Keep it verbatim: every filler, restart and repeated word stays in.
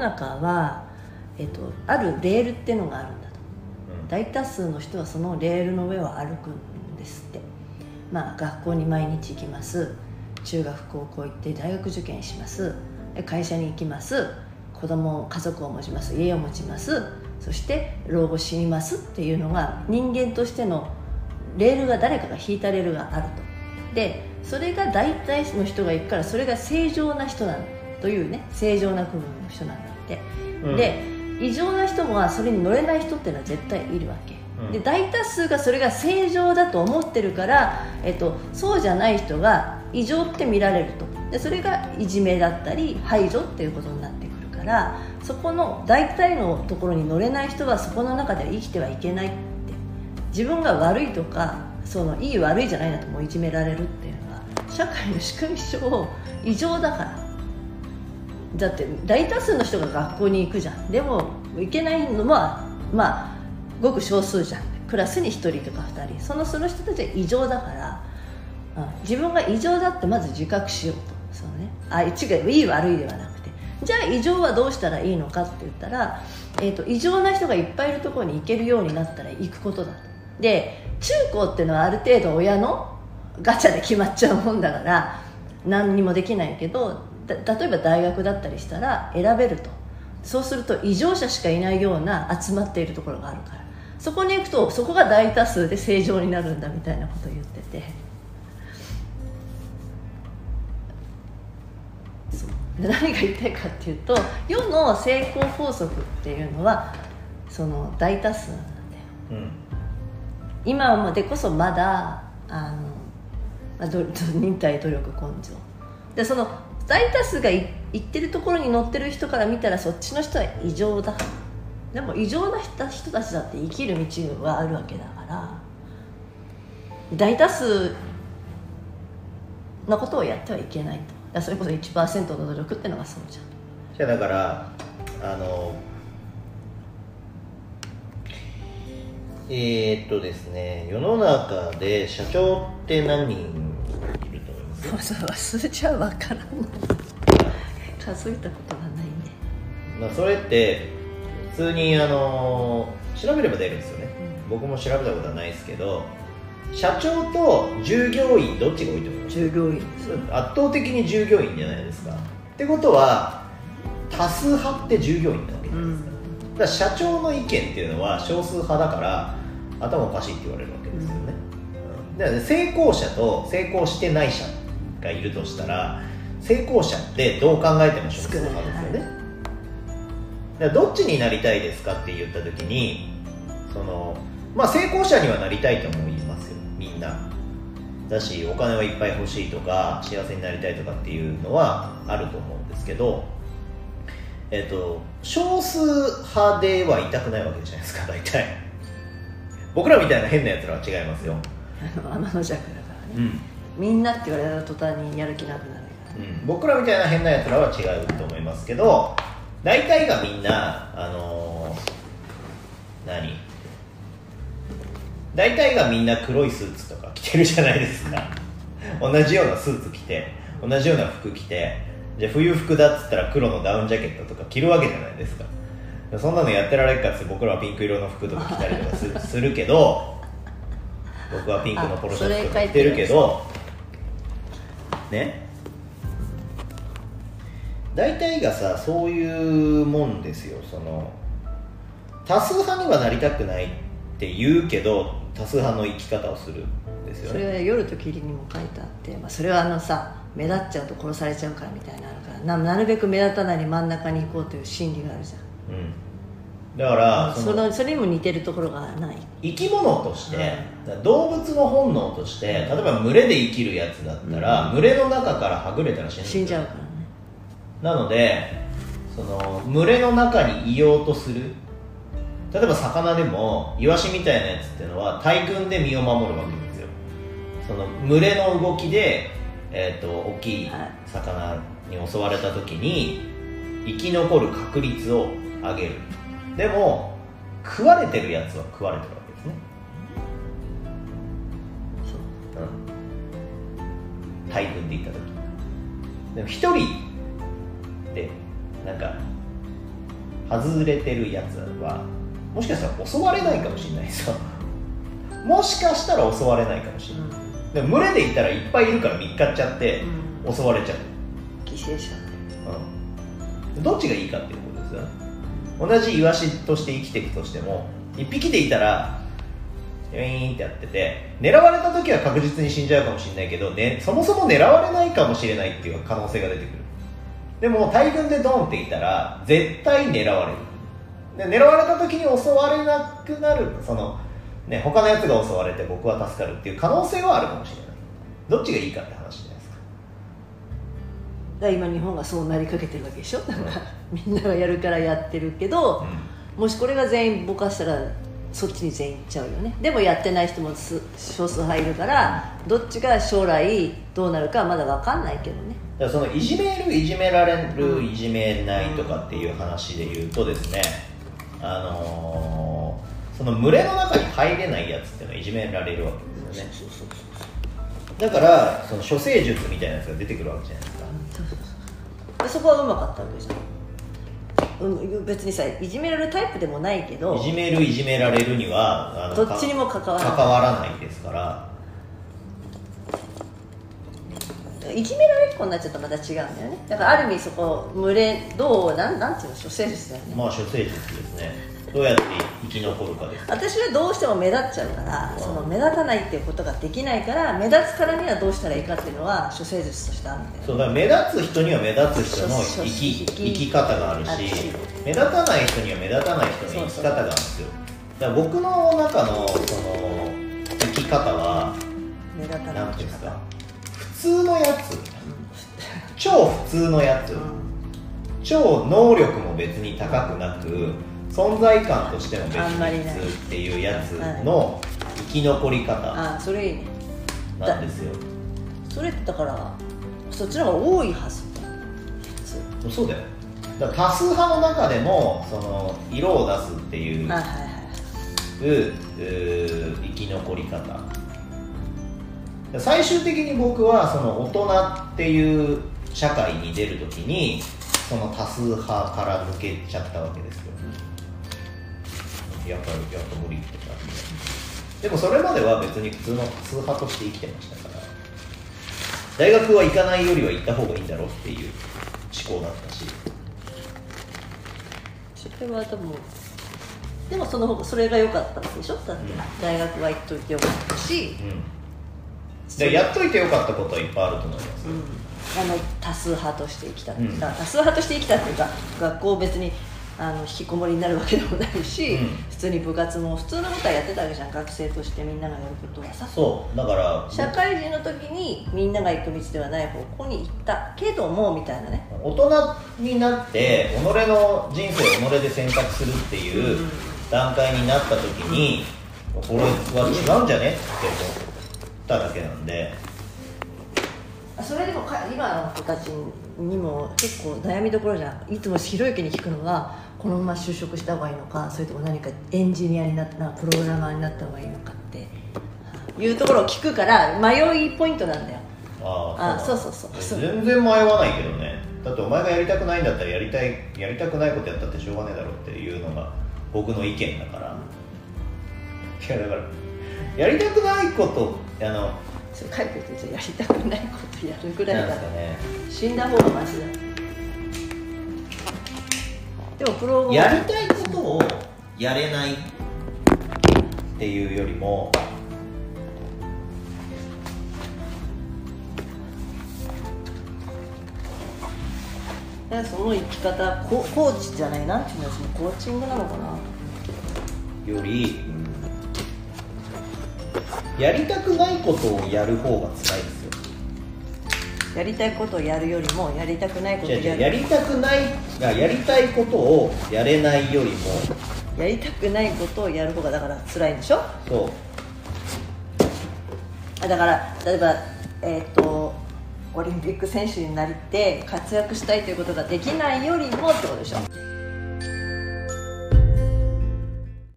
中は、えっと、あるレールっていうのがあるんだと、うん、大多数の人はそのレールの上を歩くんですって。まあ学校に毎日行きます、中学高校行って大学受験します、会社に行きます、子供家族を持ちます、家を持ちます、そして老後死にますっていうのが人間としてのレールが、誰かが引いたレールがあると。でそれが大体の人が行くから、それが正常な人なんだというね、正常な区分の人なんだって、うん、で異常な人もそれに乗れない人っていうのは絶対いるわけ、うん、で大多数がそれが正常だと思ってるから、えっと、そうじゃない人が異常って見られると。でそれがいじめだったり排除っていうことになってくるから、そこの大体のところに乗れない人はそこの中では生きてはいけないって、自分が悪いとかそのいい悪いじゃないなともいじめられるっていうのは社会の仕組み上異常だから。だって大多数の人が学校に行くじゃん。でも行けないのはまあごく少数じゃん。クラスにひとりとかふたり、そのその人たちは異常だから、うん、自分が異常だってまず自覚しようと。そうね、あ違う、いい悪いではなくて、じゃあ異常はどうしたらいいのかって言ったら、えーと、異常な人がいっぱいいるところに行けるようになったら行くことだと。で中高っていうのはある程度親のガチャで決まっちゃうもんだから何にもできないけど、例えば大学だったりしたら選べると。そうすると異常者しかいないような集まっているところがあるから、そこに行くとそこが大多数で正常になるんだみたいなことを言ってて、そうで何が言いたいかっていうと、世の成功法則っていうのはその大多数なんだよ、うん、今までこそまだあの忍耐努力根性で、その大多数が行ってるところに乗ってる人から見たらそっちの人は異常だ。でも異常な人たちだって生きる道はあるわけだから、大多数のことをやってはいけないと。だからそれこそ いちパーセント の努力ってのがそうじゃん。 じゃあだからあのえー、っとですね世の中で社長って何人いると思います？ そう数字は分からない数えたことがないね。 まあそれって普通にあの調べれば出るんですよね、うん、僕も調べたことはないですけど、社長と従業員どっちが多いと思います？ 従業員。 圧倒的に従業員じゃないですか。ってことは多数派って従業員なわけじゃないですか、うん、だから社長の意見っていうのは少数派だから頭おかしいって言われるわけですよね、うん、だから成功者と成功してない者がいるとしたら、成功者ってどう考えても少数派ですよね、はい、だからどっちになりたいですかって言った時にその、まあ、成功者にはなりたいと思いますよ、みんなだし、お金はいっぱい欲しいとか幸せになりたいとかっていうのはあると思うんですけど、えっと、少数派ではいたくないわけじゃないですか、大体僕らみたいな変なやつらは違いますよ。 あの天の弱だからね、うん、みんなって言われた途端にやる気なくなるから、 うん、僕らみたいな変なやつらは違うと思いますけど、大体がみんなあのー、何大体がみんな黒いスーツとか着てるじゃないですか同じようなスーツ着て同じような服着て、じゃあ冬服だっつったら黒のダウンジャケットとか着るわけじゃないですか。そんなのやってられるかっつって僕らはピンク色の服とか着たりとか す, するけど僕はピンクのポロシャツとか着てるけどね、大体がさそういうもんですよ。その多数派にはなりたくないって言うけど多数派の生き方をするんですよね。 それは夜と霧にも書いてあって、まあ、それはあのさ目立っちゃうと殺されちゃうからみたいなのあるから な, なるべく目立たないに真ん中に行こうという心理があるじゃん、うん、 だからそのそれにも似てるところがない。 生き物として、うん、動物の本能として例えば群れで生きるやつだったら、うん、群れの中からはぐれたら死ぬ死んじゃうからね。 なのでその群れの中にいようとする、例えば魚でもイワシみたいなやつっていうのは大群で身を守るわけですよ。その群れの動きで、えー、と大きい魚に襲われた時に生き残る確率を上げる。でも食われてるやつは食われてるわけですね。そう、うん、大群でいった時でも一人でなんか外れてるやつはもしかしたら襲われないかもしれないですよもしかしたら襲われないかもしれない、うん、でも群れでいたらいっぱいいるから見っかっちゃって、うん、襲われちゃう犠牲者、 うん、どっちがいいかっていうことですよね。同じイワシとして生きていくとしてもいっぴきでいたらウィーンってやってて狙われた時は確実に死んじゃうかもしれないけど、ね、そもそも狙われないかもしれないっていう可能性が出てくる。でも大群でドンっていたら絶対狙われる。で狙われた時に襲われなくなるその、ね、他のやつが襲われて僕は助かるっていう可能性はあるかもしれない。どっちがいいかって話じゃないですか。 だから今日本がそうなりかけてるわけでしょ。なんかみんながやるからやってるけど、うん、もしこれが全員ぼかしたらそっちに全員行っちゃうよね。でもやってない人も少数入るから、どっちが将来どうなるかはまだ分かんないけどね。 だからそのいじめるいじめられるいじめないとかっていう話で言うとですね、あのー、その群れの中に入れないやつっていうのはいじめられるわけですよね。そうそうそうそう。だからその処世術みたいなやつが出てくるわけじゃないですか。 でそこはうまかったわけじゃん。うん、別にさいじめられるタイプでもないけど、 いじめるいじめられるにはあのどっちにも関わらない関わらないですから。 いじめられっ子になっちゃうとまた違うんだよね。だからある意味そこ群れどうなんなんていうの処世術だよね。 まあ処世術ですね。どうやって生き残るかです。 私はどうしても目立っちゃうから、うん、その目立たないっていうことができないから目立つからにはどうしたらいいかっていうのは処世術としてあるんだよね。 そうだから目立つ人には目立つ人の生き、生き方があるし、目立たない人には目立たない人の生き方があるんですよ。だから僕の中のその生き方は目立たないなんていうんですか、普通のやつ、うん、超普通のやつ、うん、超能力も別に高くなく存在感としても別に普通っていうやつの生き残り方ああそれいいねなんですよ。 それってだからそっちの方が多いはず。 普通そうだよ。だから多数派の中でもその色を出すっていう、はいはいはい、う生き残り方。最終的に僕はその大人っていう社会に出るときにその多数派から抜けちゃったわけですよ。やっぱりやっと無理ってなって、でもそれまでは別に普通の普通派として生きてましたから、大学は行かないよりは行った方がいいんだろうっていう思考だったし、 それは多分でもその方それが良かったわけでしょ。だって、うん、大学は行っといてよかったし、 うん、でやっといてよかったことはいっぱいあると思います、 うん、あの多数派として生きたっていうか、うん、多数派として生きたっていうか学校別にあの引きこもりになるわけでもないし、うん、普通に部活も普通のことはやってたわけじゃん。学生としてみんながやることはさ。 そうだから社会人の時にみんなが行く道ではない方向に行ったけどもみたいなね。 大人になって己の人生を己で選択するっていう段階になった時に、うん、これは違うんじゃねって思っただけなんで。 それでも今の子たちにも結構悩みどころじゃん。いつもひろゆきに聞くのはこのまま就職した方がいいのか、それとも何かエンジニアになったプログラマーになった方がいいのかっていうところを聞くから迷いポイントなんだよ。ああそうそうそうそう。 全然迷わないけどね。だってお前がやりたくないんだったらやりたいやりたくないことやったってしょうがねえだろっていうのが僕の意見だから。いやだからやりたくないことあのそれ書いててやりたくないことやるぐらいだから、 ね、 死んだ方がマシだ。でもプロやりたいことをやれないっていうよりもその生き方ココーチじゃないなんていうのそのコーチングなのかなより、うん、やりたくないことをやる方が辛いですよ。 やりたいことをやるよりもやりたくないことをやるやりたくないがやりたいことをやれないよりもやりたくないことをやる方がだから辛いんでしょ。 そうあだから例えばえっ、ー、とオリンピック選手になりて活躍したいということができないよりもってことでしょ。